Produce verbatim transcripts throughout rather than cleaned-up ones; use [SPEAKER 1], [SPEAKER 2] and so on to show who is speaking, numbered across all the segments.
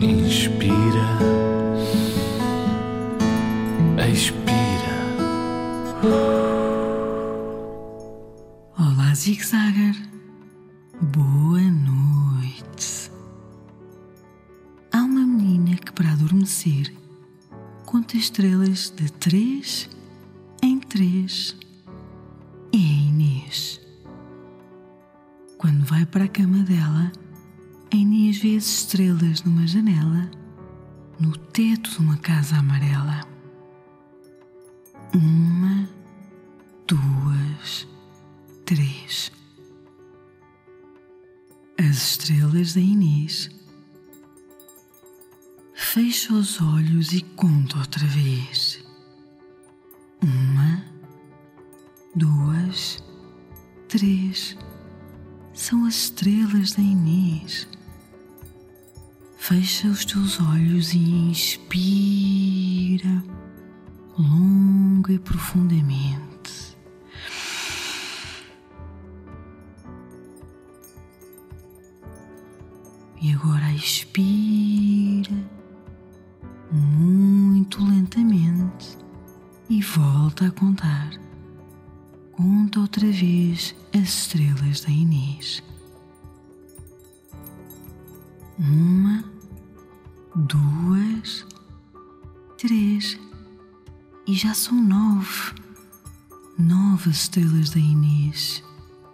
[SPEAKER 1] Inspira, expira.
[SPEAKER 2] Olá, Zigzagger. Boa noite. Há uma menina que, para adormecer, conta estrelas de três em três. É a Inês. Quando vai para a cama dela, a Inês vê as estrelas numa janela, no teto de uma casa amarela. Uma, duas, três. As estrelas da Inês. Fecha os olhos e conta outra vez. Uma, duas, três. São as estrelas da Inês. Fecha os teus olhos e inspira longa e profundamente. E agora expira muito lentamente e volta a contar. Conta outra vez as estrelas da Inês. Uma, duas, três. E já são nove. Nove as estrelas da Inês.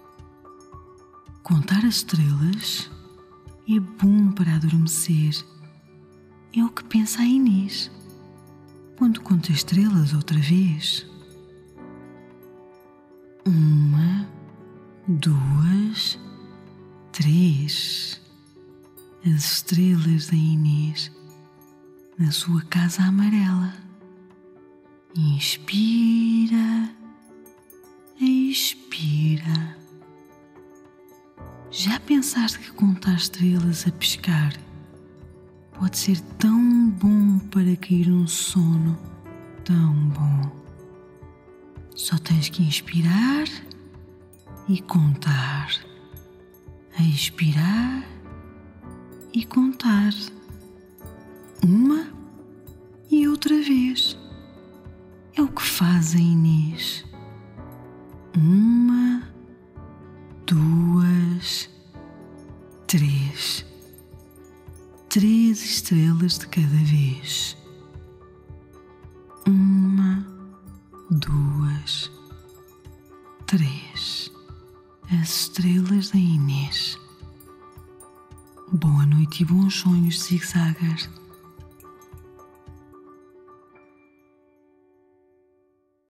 [SPEAKER 2] Contar as estrelas é bom para adormecer. É o que pensa a Inês quando conta estrelas outra vez. Uma, duas, três. As estrelas da Inês na sua casa amarela. Inspira, expira. Já pensaste que contar estrelas a piscar pode ser tão bom para cair num sono tão bom? Só tens que inspirar e contar. A expirar e contar. Uma e outra vez. É o que faz a Inês. Uma, duas, três. Três estrelas de cada vez. Uma, duas, três. As estrelas da Inês. Boa noite e bons sonhos, Zigzagger.